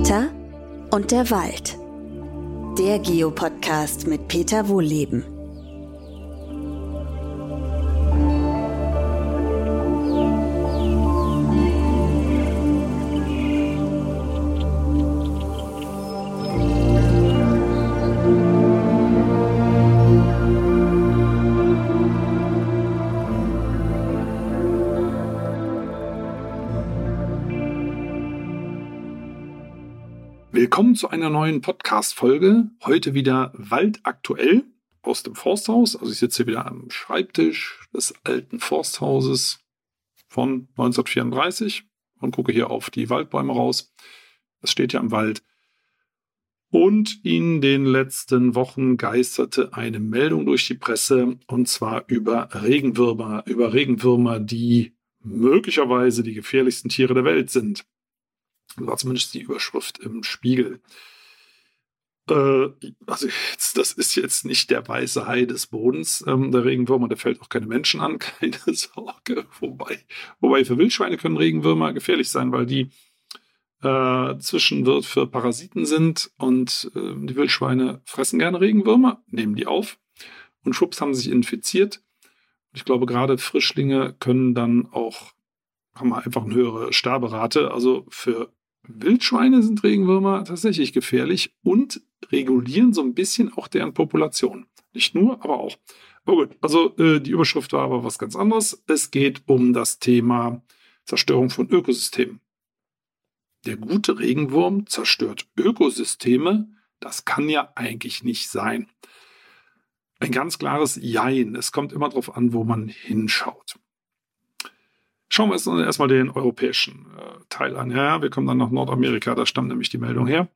Peter und der Wald. Der Geopodcast mit Peter Wohlleben. Willkommen zu einer neuen Podcast-Folge. Heute wieder waldaktuell aus dem Forsthaus. Also ich sitze hier wieder am Schreibtisch des alten Forsthauses von 1934 und gucke hier auf die Waldbäume raus. Es steht ja im Wald. Und in den letzten Wochen geisterte eine Meldung durch die Presse, und zwar über Regenwürmer, die möglicherweise die gefährlichsten Tiere der Welt sind. Das war zumindest die Überschrift im Spiegel. Das ist jetzt nicht der weiße Hai des Bodens, der Regenwürmer, der fällt auch keine Menschen an, keine Sorge. Wobei für Wildschweine können Regenwürmer gefährlich sein, weil die Zwischenwirt für Parasiten sind und die Wildschweine fressen gerne Regenwürmer, nehmen die auf und schwupps haben sich infiziert. Ich glaube, gerade Frischlinge haben einfach eine höhere Sterberate. Also für Wildschweine sind Regenwürmer tatsächlich gefährlich und regulieren so ein bisschen auch deren Population. Nicht nur, aber auch. Aber gut, also die Überschrift war aber was ganz anderes. Es geht um das Thema Zerstörung von Ökosystemen. Der gute Regenwurm zerstört Ökosysteme? Das kann ja eigentlich nicht sein. Ein ganz klares Jein. Es kommt immer darauf an, wo man hinschaut. Schauen wir uns erstmal den europäischen Teil an. Ja, wir kommen dann nach Nordamerika, da stammt nämlich die Meldung her.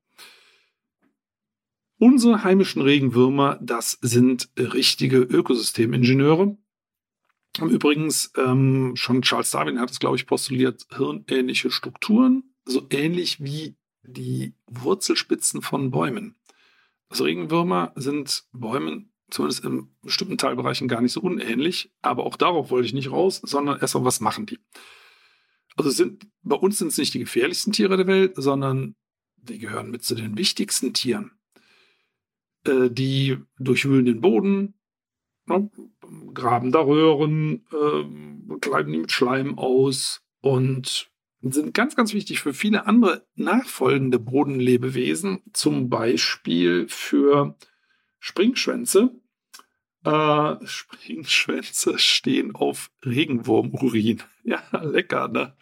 Unsere heimischen Regenwürmer, das sind richtige Ökosystemingenieure. Übrigens, schon Charles Darwin hat es, glaube ich, postuliert, hirnähnliche Strukturen, so ähnlich wie die Wurzelspitzen von Bäumen. Also Regenwürmer sind Bäumen, zumindest in bestimmten Teilbereichen, gar nicht so unähnlich. Aber auch darauf wollte ich nicht raus, sondern erstmal, was machen die? Also bei uns sind es nicht die gefährlichsten Tiere der Welt, sondern die gehören mit zu den wichtigsten Tieren. Die durchwühlen den Boden, graben da Röhren, kleiden die mit Schleim aus und sind ganz, ganz wichtig für viele andere nachfolgende Bodenlebewesen, zum Beispiel für Springschwänze. Springschwänze stehen auf Regenwurmurin. Ja, lecker, ne?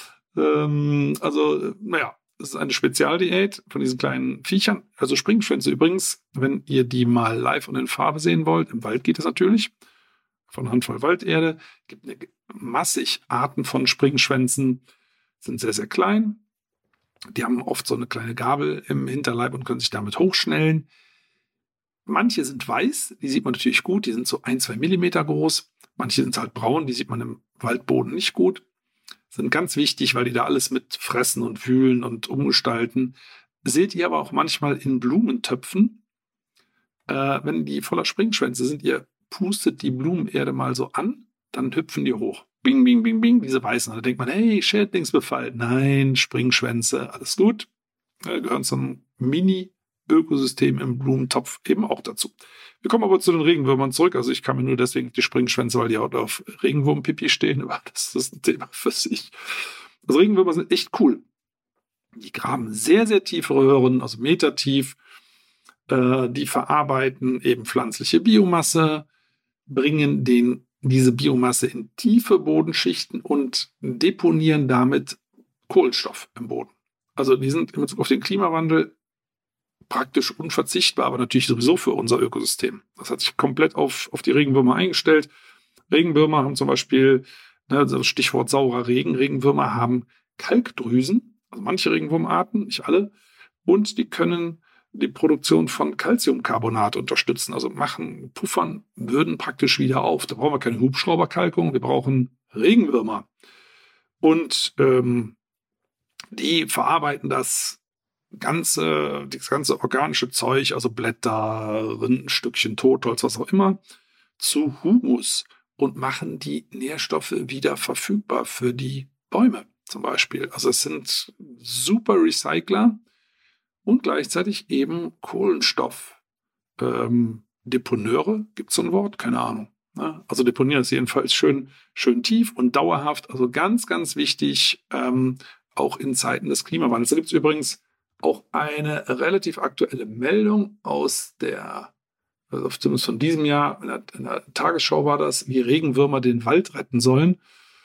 Es ist eine Spezialdiät von diesen kleinen Viechern. Also Springschwänze übrigens, wenn ihr die mal live und in Farbe sehen wollt, im Wald geht das natürlich, von einer Handvoll Walderde, gibt massig Arten von Springschwänzen, sind sehr, sehr klein. Die haben oft so eine kleine Gabel im Hinterleib und können sich damit hochschnellen. Manche sind weiß, die sieht man natürlich gut, die sind so 1-2 Millimeter groß. Manche sind halt braun, die sieht man im Waldboden nicht gut. Sind ganz wichtig, weil die da alles mit fressen und wühlen und umgestalten. Seht ihr aber auch manchmal in Blumentöpfen, wenn die voller Springschwänze sind, ihr pustet die Blumenerde mal so an, dann hüpfen die hoch. Bing, bing, bing, bing, diese weißen. Da denkt man, hey, Schädlingsbefall. Nein, Springschwänze, alles gut. Gehören zum Mini-Ökosystem im Blumentopf eben auch dazu. Wir kommen aber zu den Regenwürmern zurück. Also ich kann mir nur deswegen die Springschwänze, weil die auch auf Regenwurmpipi stehen, aber das ist ein Thema für sich. Also Regenwürmer sind echt cool. Die graben sehr, sehr tiefe Röhren, also metertief. Die verarbeiten eben pflanzliche Biomasse, bringen diese Biomasse in tiefe Bodenschichten und deponieren damit Kohlenstoff im Boden. Also die sind in Bezug auf den Klimawandel praktisch unverzichtbar, aber natürlich sowieso für unser Ökosystem. Das hat sich komplett auf die Regenwürmer eingestellt. Regenwürmer haben zum Beispiel, also Stichwort saurer Regen, Regenwürmer haben Kalkdrüsen, also manche Regenwurmarten, nicht alle, und die können die Produktion von Calciumcarbonat unterstützen, also puffern Böden praktisch wieder auf. Da brauchen wir keine Hubschrauberkalkung, wir brauchen Regenwürmer. Und die verarbeiten das ganze organische Zeug, also Blätter, Rindenstückchen, Totholz, was auch immer, zu Humus und machen die Nährstoffe wieder verfügbar für die Bäume zum Beispiel. Also es sind super Recycler. und gleichzeitig eben Kohlenstoff. Deponeure, gibt es so ein Wort? Keine Ahnung. Ne? Also deponieren ist jedenfalls schön tief und dauerhaft. Also ganz, ganz wichtig, auch in Zeiten des Klimawandels. Da gibt es übrigens auch eine relativ aktuelle Meldung also zumindest von diesem Jahr, in der Tagesschau war das, wie Regenwürmer den Wald retten sollen.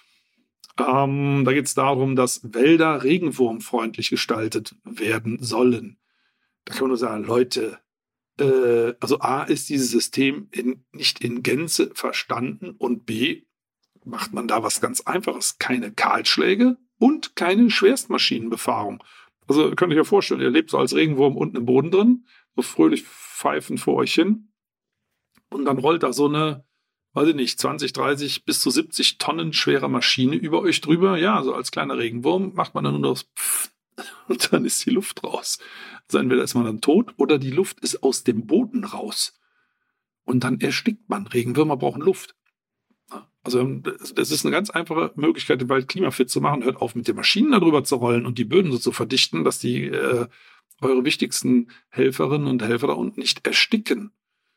Da geht es darum, dass Wälder regenwurmfreundlich gestaltet werden sollen. Da kann man nur sagen, Leute, also A, ist dieses System nicht in Gänze verstanden und B, macht man da was ganz Einfaches. Keine Kahlschläge und keine Schwerstmaschinenbefahrung. Also könnt ihr euch ja vorstellen, ihr lebt so als Regenwurm unten im Boden drin, so fröhlich pfeifend vor euch hin und dann rollt da so eine, weiß ich nicht, 20, 30 bis zu 70 Tonnen schwere Maschine über euch drüber. Ja, so als kleiner Regenwurm macht man dann nur das Pfff und dann ist die Luft raus. Also entweder ist man dann tot oder die Luft ist aus dem Boden raus. Und dann erstickt man. Regenwürmer brauchen Luft. Also das ist eine ganz einfache Möglichkeit, den Wald klimafit zu machen. Hört auf, mit den Maschinen darüber zu rollen und die Böden so zu verdichten, dass die eure wichtigsten Helferinnen und Helfer da unten nicht ersticken.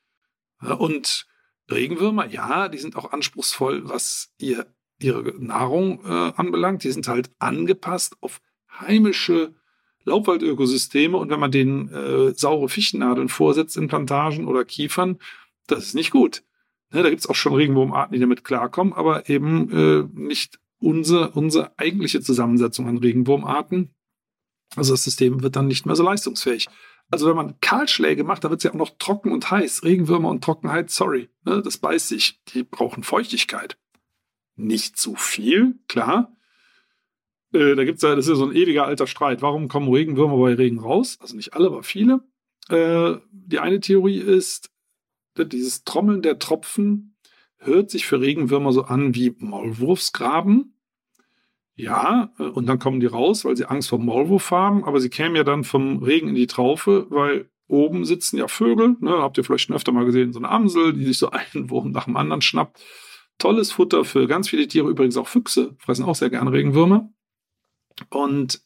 Und Regenwürmer, ja, die sind auch anspruchsvoll, was ihre Nahrung anbelangt. Die sind halt angepasst auf heimische Laubwaldökosysteme und wenn man denen saure Fichtennadeln vorsetzt in Plantagen oder Kiefern, das ist nicht gut. Ne, da gibt es auch schon Regenwurmarten, die damit klarkommen, aber eben nicht unsere eigentliche Zusammensetzung an Regenwurmarten. Also das System wird dann nicht mehr so leistungsfähig. Also wenn man Kahlschläge macht, dann wird es ja auch noch trocken und heiß. Regenwürmer und Trockenheit, sorry, ne, das beißt sich. Die brauchen Feuchtigkeit. Nicht zu viel, klar. Da gibt's ja, das ist ja so ein ewiger alter Streit. Warum kommen Regenwürmer bei Regen raus? Also nicht alle, aber viele. Die eine Theorie ist, dieses Trommeln der Tropfen hört sich für Regenwürmer so an wie Maulwurfsgraben. Ja, und dann kommen die raus, weil sie Angst vor Maulwurf haben, aber sie kämen ja dann vom Regen in die Traufe, weil oben sitzen ja Vögel, ne, habt ihr vielleicht schon öfter mal gesehen, so eine Amsel, die sich so einen Wurm nach dem anderen schnappt. Tolles Futter für ganz viele Tiere, übrigens auch Füchse, fressen auch sehr gerne Regenwürmer. Und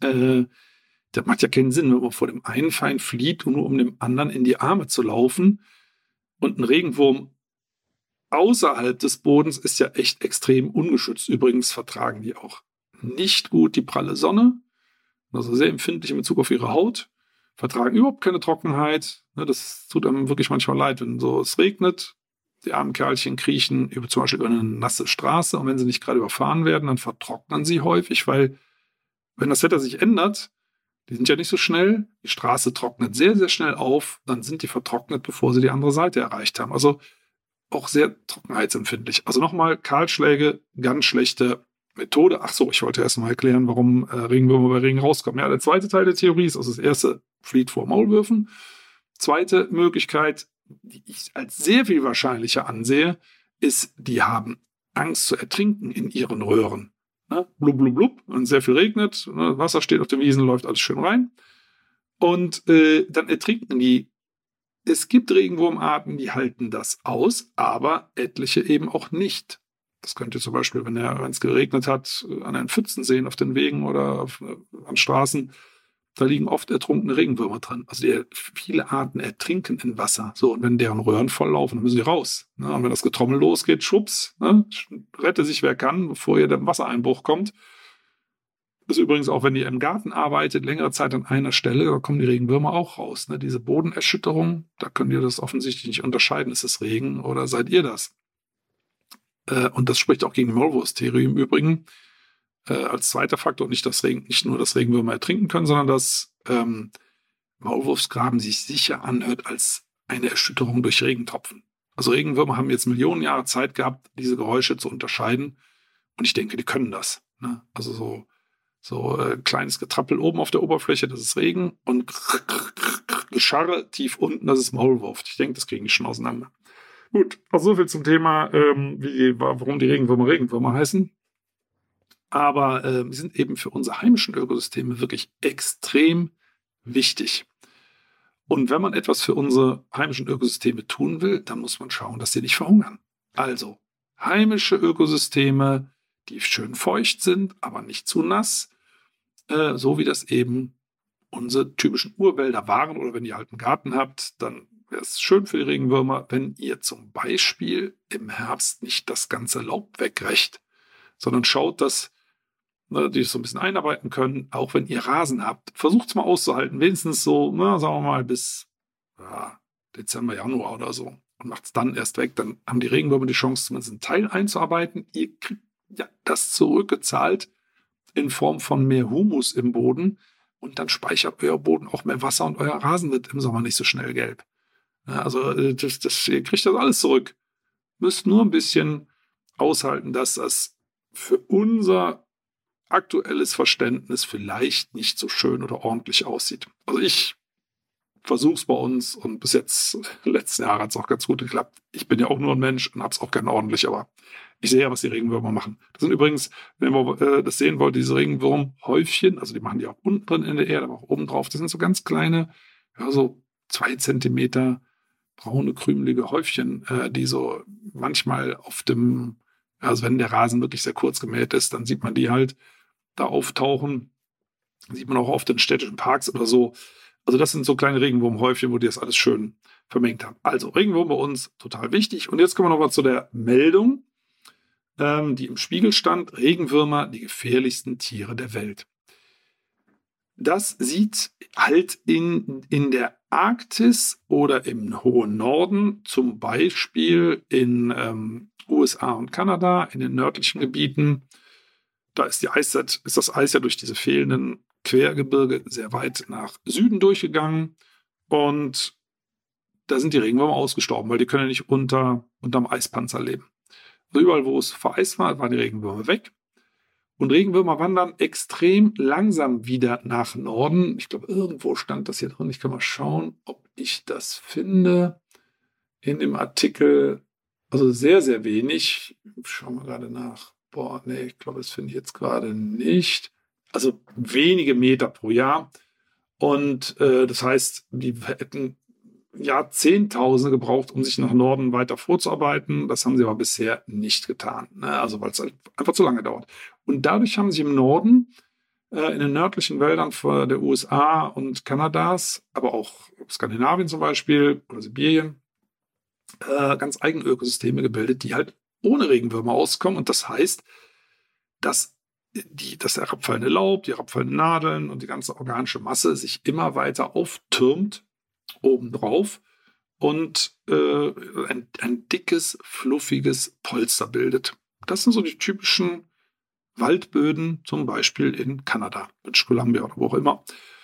das macht ja keinen Sinn, wenn man vor dem einen Feind flieht, nur um dem anderen in die Arme zu laufen. Und ein Regenwurm außerhalb des Bodens ist ja echt extrem ungeschützt. Übrigens vertragen die auch nicht gut die pralle Sonne, also sehr empfindlich in Bezug auf ihre Haut, vertragen überhaupt keine Trockenheit. Das tut einem wirklich manchmal leid, wenn so es regnet. Die armen Kerlchen kriechen zum Beispiel über eine nasse Straße und wenn sie nicht gerade überfahren werden, dann vertrocknen sie häufig, weil wenn das Wetter sich ändert, die sind ja nicht so schnell, die Straße trocknet sehr, sehr schnell auf, dann sind die vertrocknet, bevor sie die andere Seite erreicht haben. Also auch sehr trockenheitsempfindlich. Also nochmal, Kahlschläge, ganz schlechte Methode. Ach so, ich wollte erst mal erklären, warum Regenwürmer bei Regen rauskommen. Ja, der zweite Teil der Theorie ist, also das erste flieht vor Maulwürfen. Zweite Möglichkeit, die ich als sehr viel wahrscheinlicher ansehe, ist, die haben Angst zu ertrinken in ihren Röhren. Ne? Blub, blub, blub. Und sehr viel regnet, ne? Wasser steht auf den Wiesen, läuft alles schön rein. Und dann ertrinken die. Es gibt Regenwurmarten, die halten das aus, aber etliche eben auch nicht. Das könnt ihr zum Beispiel, wenn es geregnet hat, an den Pfützen sehen auf den Wegen oder an Straßen. Da liegen oft ertrunkene Regenwürmer drin. Also viele Arten ertrinken in Wasser. So, und wenn deren Röhren volllaufen, dann müssen sie raus. Ne? Und wenn das Getrommel losgeht, schwupps, ne? Rette sich wer kann, bevor ihr der Wassereinbruch kommt. Das ist übrigens auch, wenn ihr im Garten arbeitet, längere Zeit an einer Stelle, da kommen die Regenwürmer auch raus. Ne? Diese Bodenerschütterung, da könnt ihr das offensichtlich nicht unterscheiden. Ist es Regen oder seid ihr das? Und das spricht auch gegen die Maulwurfstheorie im Übrigen. Als zweiter Faktor nicht nur das Regenwürmer ertrinken können, sondern dass Maulwurfsgraben sich sicher anhört als eine Erschütterung durch Regentropfen. Also Regenwürmer haben jetzt Millionen Jahre Zeit gehabt, diese Geräusche zu unterscheiden. Und ich denke, die können das. Ne? Also so kleines Getrappel oben auf der Oberfläche, das ist Regen. Und Gescharre tief unten, das ist Maulwurf. Ich denke, das kriegen die schon auseinander. Gut, also so viel zum Thema, warum die Regenwürmer heißen. Aber sie sind eben für unsere heimischen Ökosysteme wirklich extrem wichtig. Und wenn man etwas für unsere heimischen Ökosysteme tun will, dann muss man schauen, dass sie nicht verhungern. Also heimische Ökosysteme, die schön feucht sind, aber nicht zu nass, so wie das eben unsere typischen Urwälder waren oder wenn ihr halt einen Garten habt, dann wäre es schön für die Regenwürmer, wenn ihr zum Beispiel im Herbst nicht das ganze Laub wegrecht, sondern schaut, dass die es so ein bisschen einarbeiten können, auch wenn ihr Rasen habt. Versucht es mal auszuhalten, wenigstens so, sagen wir mal, bis Dezember, Januar oder so. Und macht es dann erst weg. Dann haben die Regenwürmer die Chance, zumindest einen Teil einzuarbeiten. Ihr kriegt ja das zurückgezahlt in Form von mehr Humus im Boden. Und dann speichert euer Boden auch mehr Wasser und euer Rasen wird im Sommer nicht so schnell gelb. Ja, also ihr kriegt das alles zurück. Müsst nur ein bisschen aushalten, dass das für unser aktuelles Verständnis vielleicht nicht so schön oder ordentlich aussieht. Also ich versuche es bei uns und bis jetzt, letzten Jahre hat es auch ganz gut geklappt. Ich bin ja auch nur ein Mensch und habe es auch gerne ordentlich, aber ich sehe ja, was die Regenwürmer machen. Das sind übrigens, wenn man das sehen wollt, diese Regenwurmhäufchen, also die machen die auch unten drin in der Erde, aber auch oben drauf. Das sind so ganz kleine, so 2 Zentimeter braune, krümelige Häufchen, die so manchmal auf dem, also wenn der Rasen wirklich sehr kurz gemäht ist, dann sieht man die halt da auftauchen. Sieht man auch auf den städtischen Parks oder so. Also das sind so kleine Regenwurmhäufchen, wo die das alles schön vermengt haben. Also Regenwurm bei uns total wichtig. Und jetzt kommen wir noch mal zu der Meldung, die im Spiegel stand. Regenwürmer, die gefährlichsten Tiere der Welt. Das sieht halt in der Arktis oder im hohen Norden, zum Beispiel in USA und Kanada, in den nördlichen Gebieten. Da ist das Eis ja durch diese fehlenden Quergebirge sehr weit nach Süden durchgegangen. Und da sind die Regenwürmer ausgestorben, weil die können ja nicht unterm Eispanzer leben. Also überall, wo es vereist war, waren die Regenwürmer weg. Und Regenwürmer wandern extrem langsam wieder nach Norden. Ich glaube, irgendwo stand das hier drin. Ich kann mal schauen, ob ich das finde in dem Artikel. Also sehr, sehr wenig. Schauen wir gerade nach. Ich glaube, das finde ich jetzt gerade nicht. Also wenige Meter pro Jahr. Und das heißt, die hätten Jahrzehntausende gebraucht, um sich nach Norden weiter vorzuarbeiten. Das haben sie aber bisher nicht getan. Ne? Also weil es halt einfach zu lange dauert. Und dadurch haben sich im Norden, in den nördlichen Wäldern der USA und Kanadas, aber auch Skandinavien zum Beispiel oder Sibirien, ganz eigene Ökosysteme gebildet, die halt ohne Regenwürmer auskommen. Und das heißt, dass das herabfallende Laub, die herabfallenden Nadeln und die ganze organische Masse sich immer weiter auftürmt obendrauf und ein dickes, fluffiges Polster bildet. Das sind so die typischen Waldböden, zum Beispiel in Kanada, British Columbia oder wo auch immer.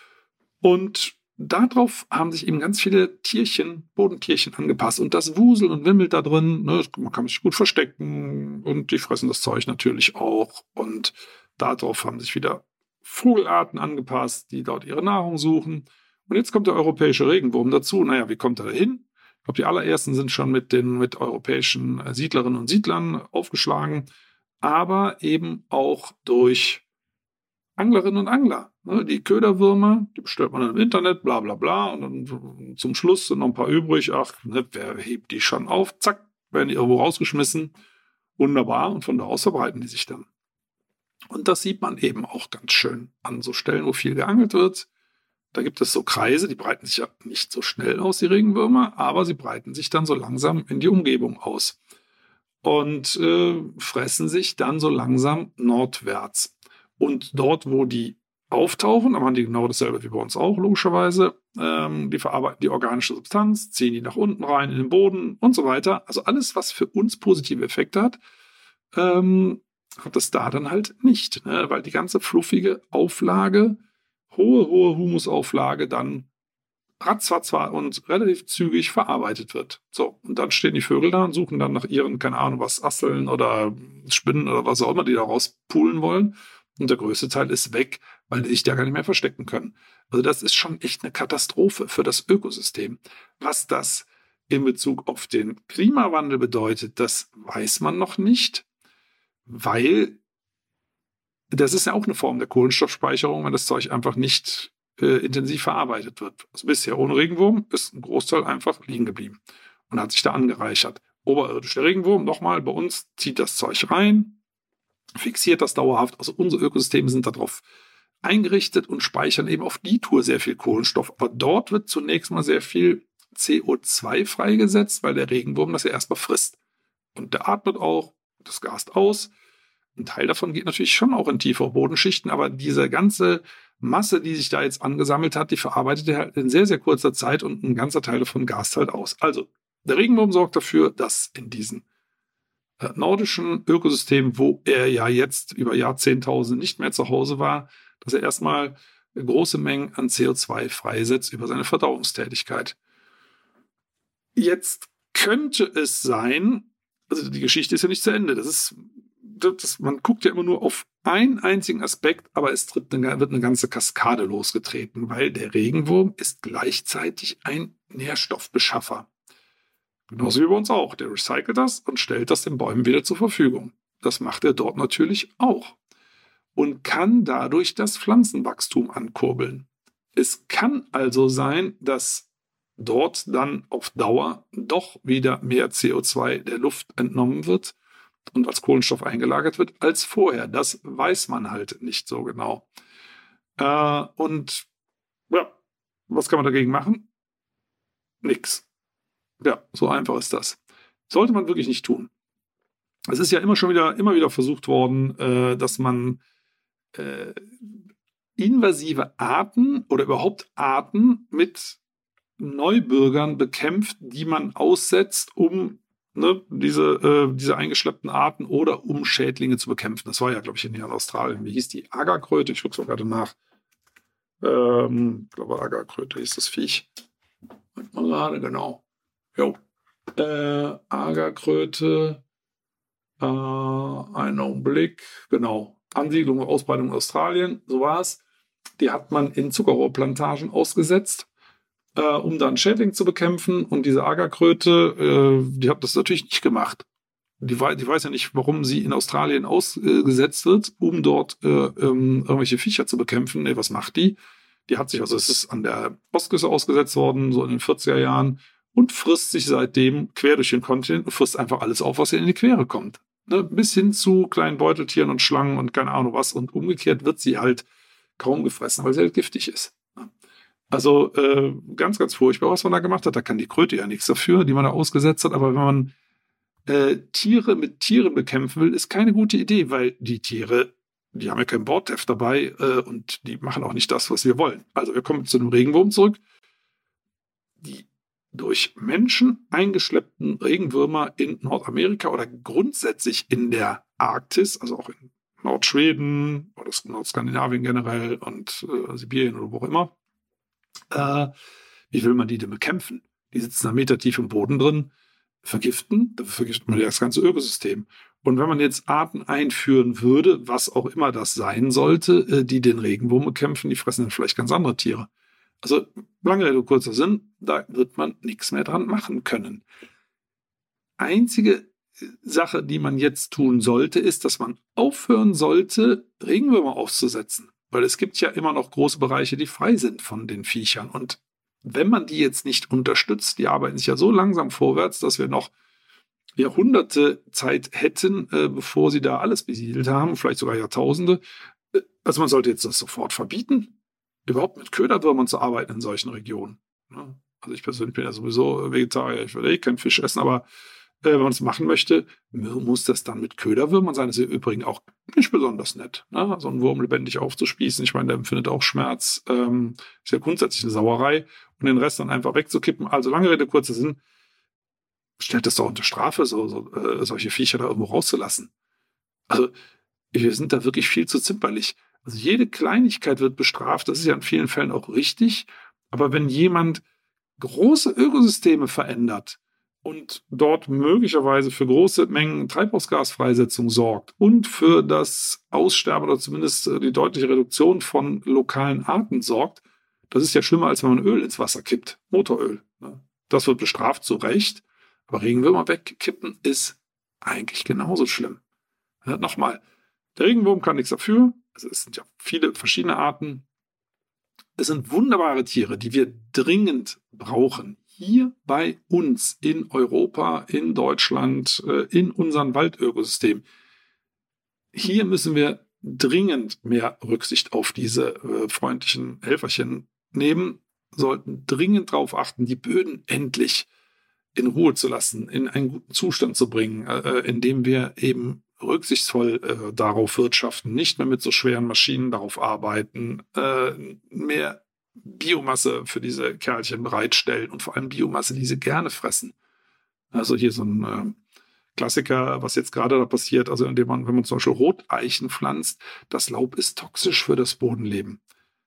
Und darauf haben sich eben ganz viele Bodentierchen angepasst. Und das wuselt und wimmelt da drin. Ne? Man kann sich gut verstecken und die fressen das Zeug natürlich auch. Und darauf haben sich wieder Vogelarten angepasst, die dort ihre Nahrung suchen. Und jetzt kommt der europäische Regenwurm dazu. Naja, wie kommt er da hin? Ich glaube, die allerersten sind schon mit europäischen Siedlerinnen und Siedlern aufgeschlagen, aber eben auch durch Anglerinnen und Angler. Die Köderwürmer, die bestellt man im Internet, bla bla bla. Und dann zum Schluss sind noch ein paar übrig. Wer hebt die schon auf? Zack, werden die irgendwo rausgeschmissen. Wunderbar. Und von da aus verbreiten die sich dann. Und das sieht man eben auch ganz schön an so Stellen, wo viel geangelt wird. Da gibt es so Kreise, die breiten sich ja nicht so schnell aus, die Regenwürmer, aber sie breiten sich dann so langsam in die Umgebung aus und fressen sich dann so langsam nordwärts. Und dort, wo die auftauchen, da machen die genau dasselbe wie bei uns auch, logischerweise. Die verarbeiten die organische Substanz, ziehen die nach unten rein in den Boden und so weiter. Also alles, was für uns positive Effekte hat, hat es da dann halt nicht, ne? Weil die ganze fluffige Auflage, hohe Humusauflage dann ratzfatz und relativ zügig verarbeitet wird. So, und dann stehen die Vögel da und suchen dann nach ihren, keine Ahnung was, Asseln oder Spinnen oder was auch immer die da rauspulen wollen. Und der größte Teil ist weg, weil die sich da gar nicht mehr verstecken können. Also das ist schon echt eine Katastrophe für das Ökosystem. Was das in Bezug auf den Klimawandel bedeutet, das weiß man noch nicht, weil das ist ja auch eine Form der Kohlenstoffspeicherung, wenn das Zeug einfach nicht intensiv verarbeitet wird. Also bisher ohne Regenwurm ist ein Großteil einfach liegen geblieben und hat sich da angereichert. Oberirdisch der Regenwurm, nochmal, bei uns zieht das Zeug rein, fixiert das dauerhaft. Also unsere Ökosysteme sind darauf eingerichtet und speichern eben auf die Tour sehr viel Kohlenstoff. Aber dort wird zunächst mal sehr viel CO2 freigesetzt, weil der Regenwurm das ja erstmal frisst. Und der atmet auch, das gast aus. Ein Teil davon geht natürlich schon auch in tiefere Bodenschichten, aber diese ganze Masse, die sich da jetzt angesammelt hat, die verarbeitet er halt in sehr, sehr kurzer Zeit und ein ganzer Teil davon gast halt aus. Also, der Regenwurm sorgt dafür, dass in diesen nordischen Ökosystem, wo er ja jetzt über Jahrzehntausende nicht mehr zu Hause war, dass er erstmal große Mengen an CO2 freisetzt über seine Verdauungstätigkeit. Jetzt könnte es sein, also die Geschichte ist ja nicht zu Ende, man guckt ja immer nur auf einen einzigen Aspekt, aber wird eine ganze Kaskade losgetreten, weil der Regenwurm ist gleichzeitig ein Nährstoffbeschaffer. Genauso wie bei uns auch. Der recycelt das und stellt das den Bäumen wieder zur Verfügung. Das macht er dort natürlich auch und kann dadurch das Pflanzenwachstum ankurbeln. Es kann also sein, dass dort dann auf Dauer doch wieder mehr CO2 der Luft entnommen wird und als Kohlenstoff eingelagert wird als vorher. Das weiß man halt nicht so genau. Und ja, was kann man dagegen machen? Nix. Ja, so einfach ist das. Sollte man wirklich nicht tun. Es ist ja immer wieder versucht worden, dass man invasive Arten oder überhaupt Arten mit Neubürgern bekämpft, die man aussetzt, um diese eingeschleppten Arten oder um Schädlinge zu bekämpfen. Das war ja, glaube ich, in Australien. Wie hieß die? Agarkröte? Ich gucke es gerade nach. Ich glaube, Agarkröte hieß das Viech. Mal gerade, genau. Jo. Agarkröte. Einen Augenblick. Genau. Ansiedlung und Ausbreitung in Australien. So war es. Die hat man in Zuckerrohrplantagen ausgesetzt, um dann Schädlinge zu bekämpfen. Und diese Agarkröte, die hat das natürlich nicht gemacht. Die weiß ja nicht, warum sie in Australien ausgesetzt wird, um dort irgendwelche Viecher zu bekämpfen. Nee, was macht die? Es ist an der Ostküste ausgesetzt worden, so in den 40er Jahren, und frisst sich seitdem quer durch den Kontinent und frisst einfach alles auf, was ihr in die Quere kommt. Ne? Bis hin zu kleinen Beuteltieren und Schlangen und keine Ahnung was. Und umgekehrt wird sie halt kaum gefressen, weil sie halt giftig ist. Also ganz, ganz furchtbar, was man da gemacht hat. Da kann die Kröte ja nichts dafür, die man da ausgesetzt hat. Aber wenn man Tiere mit Tieren bekämpfen will, ist keine gute Idee, weil die Tiere, die haben ja kein Bordheft dabei und die machen auch nicht das, was wir wollen. Also wir kommen zu dem Regenwurm zurück. Die durch Menschen eingeschleppten Regenwürmer in Nordamerika oder grundsätzlich in der Arktis, also auch in Nordschweden oder Nordskandinavien generell und Sibirien oder wo auch immer. Wie will man die denn bekämpfen? Die sitzen da metertief im Boden drin, vergiften, dafür vergiftet man das ganze Ökosystem. Und wenn man jetzt Arten einführen würde, was auch immer das sein sollte, die den Regenwurm bekämpfen, die fressen dann vielleicht ganz andere Tiere. Also, lange Rede, kurzer Sinn, da wird man nichts mehr dran machen können. Einzige Sache, die man jetzt tun sollte, ist, dass man aufhören sollte, Regenwürmer auszusetzen. Weil es gibt ja immer noch große Bereiche, die frei sind von den Viechern. Und wenn man die jetzt nicht unterstützt, die arbeiten sich ja so langsam vorwärts, dass wir noch Jahrhunderte Zeit hätten, bevor sie da alles besiedelt haben, vielleicht sogar Jahrtausende. Also man sollte jetzt das sofort verbieten, überhaupt mit Köderwürmern zu arbeiten in solchen Regionen. Also ich persönlich bin ja sowieso Vegetarier, ich würde keinen Fisch essen, aber wenn man es machen möchte, muss das dann mit Köderwürmern sein. Das ist im Übrigen auch nicht besonders nett, ne? So einen Wurm lebendig aufzuspießen. Ich meine, der empfindet auch Schmerz. Ist ja grundsätzlich eine Sauerei. Und den Rest dann einfach wegzukippen. Also lange Rede, kurzer Sinn. Stellt es doch unter Strafe, solche Viecher da irgendwo rauszulassen. Also wir sind da wirklich viel zu zimperlich. Also jede Kleinigkeit wird bestraft. Das ist ja in vielen Fällen auch richtig. Aber wenn jemand große Ökosysteme verändert, und dort möglicherweise für große Mengen Treibhausgasfreisetzung sorgt und für das Aussterben oder zumindest die deutliche Reduktion von lokalen Arten sorgt, das ist ja schlimmer, als wenn man Öl ins Wasser kippt, Motoröl. Das wird bestraft, zu Recht, aber Regenwürmer wegkippen ist eigentlich genauso schlimm. Nochmal, der Regenwurm kann nichts dafür, also es sind ja viele verschiedene Arten. Es sind wunderbare Tiere, die wir dringend brauchen. Hier bei uns in Europa, in Deutschland, in unserem Waldökosystem. Hier müssen wir dringend mehr Rücksicht auf diese freundlichen Helferchen nehmen, sollten dringend darauf achten, die Böden endlich in Ruhe zu lassen, in einen guten Zustand zu bringen, indem wir eben rücksichtsvoll darauf wirtschaften, nicht mehr mit so schweren Maschinen darauf arbeiten, mehr Biomasse für diese Kerlchen bereitstellen und vor allem Biomasse, die sie gerne fressen. Also hier so ein Klassiker, was jetzt gerade da passiert, also indem man, wenn man zum Beispiel Roteichen pflanzt, das Laub ist toxisch für das Bodenleben.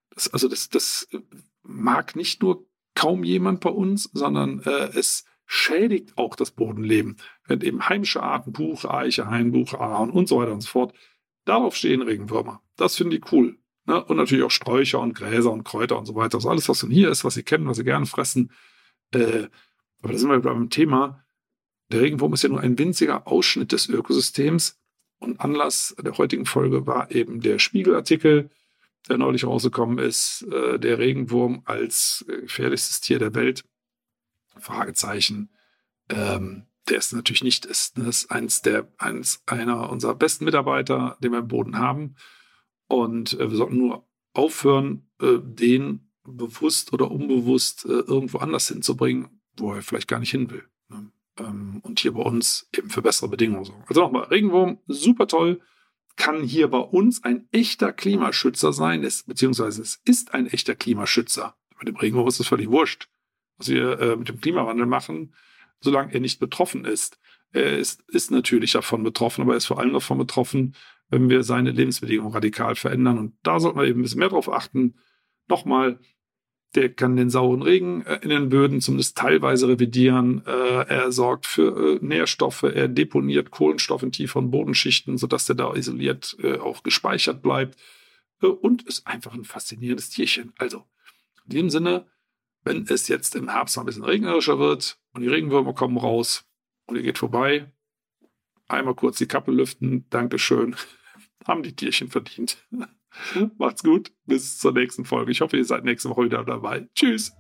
Das mag nicht nur kaum jemand bei uns, sondern es schädigt auch das Bodenleben. Wenn eben heimische Arten, Buche, Eiche, Hainbuche, Ahorn und so weiter und so fort, darauf stehen Regenwürmer. Das finde ich cool. Ne? Und natürlich auch Sträucher und Gräser und Kräuter und so weiter. Also alles, was von hier ist, was sie kennen, was sie gerne fressen. Aber da sind wir beim Thema. Der Regenwurm ist ja nur ein winziger Ausschnitt des Ökosystems. Und Anlass der heutigen Folge war eben der Spiegelartikel, der neulich rausgekommen ist. Der Regenwurm als gefährlichstes Tier der Welt. Fragezeichen. Der ist natürlich nicht ist. Das ist einer unserer besten Mitarbeiter, den wir im Boden haben. Und wir sollten nur aufhören, den bewusst oder unbewusst irgendwo anders hinzubringen, wo er vielleicht gar nicht hin will. Ne? Und hier bei uns eben für bessere Bedingungen sorgen. Also nochmal, Regenwurm, super toll, kann hier bei uns ein echter Klimaschützer sein, beziehungsweise es ist ein echter Klimaschützer. Mit dem Regenwurm ist es völlig wurscht, was wir mit dem Klimawandel machen, solange er nicht betroffen ist. Er ist natürlich davon betroffen, aber er ist vor allem davon betroffen, wenn wir seine Lebensbedingungen radikal verändern. Und da sollten wir eben ein bisschen mehr drauf achten. Nochmal, der kann den sauren Regen in den Böden zumindest teilweise revidieren. Er sorgt für Nährstoffe, er deponiert Kohlenstoff in tieferen Bodenschichten, sodass der da isoliert auch gespeichert bleibt. Und ist einfach ein faszinierendes Tierchen. Also, in dem Sinne, wenn es jetzt im Herbst mal ein bisschen regnerischer wird und die Regenwürmer kommen raus und ihr geht vorbei, einmal kurz die Kappe lüften, Dankeschön, haben die Tierchen verdient. Macht's gut, bis zur nächsten Folge. Ich hoffe, ihr seid nächste Woche wieder dabei. Tschüss!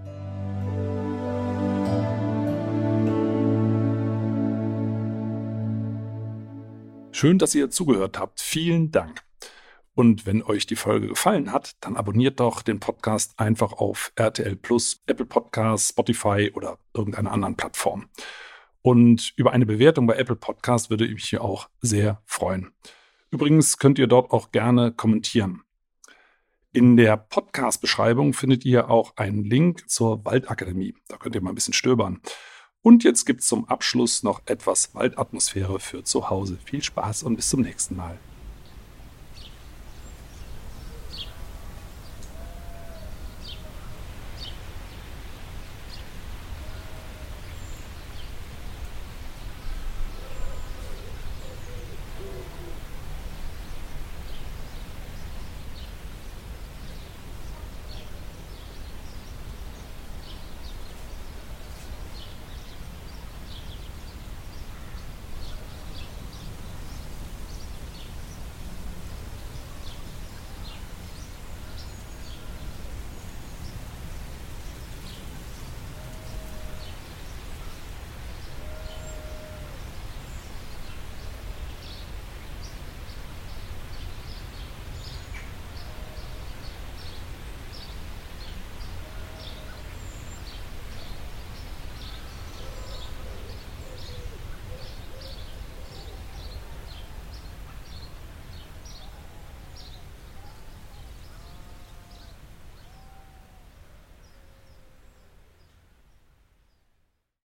Schön, dass ihr zugehört habt. Vielen Dank. Und wenn euch die Folge gefallen hat, dann abonniert doch den Podcast einfach auf RTL Plus, Apple Podcasts, Spotify oder irgendeiner anderen Plattform. Und über eine Bewertung bei Apple Podcast würde ich mich hier auch sehr freuen. Übrigens könnt ihr dort auch gerne kommentieren. In der Podcast-Beschreibung findet ihr auch einen Link zur Waldakademie. Da könnt ihr mal ein bisschen stöbern. Und jetzt gibt es zum Abschluss noch etwas Waldatmosphäre für zu Hause. Viel Spaß und bis zum nächsten Mal.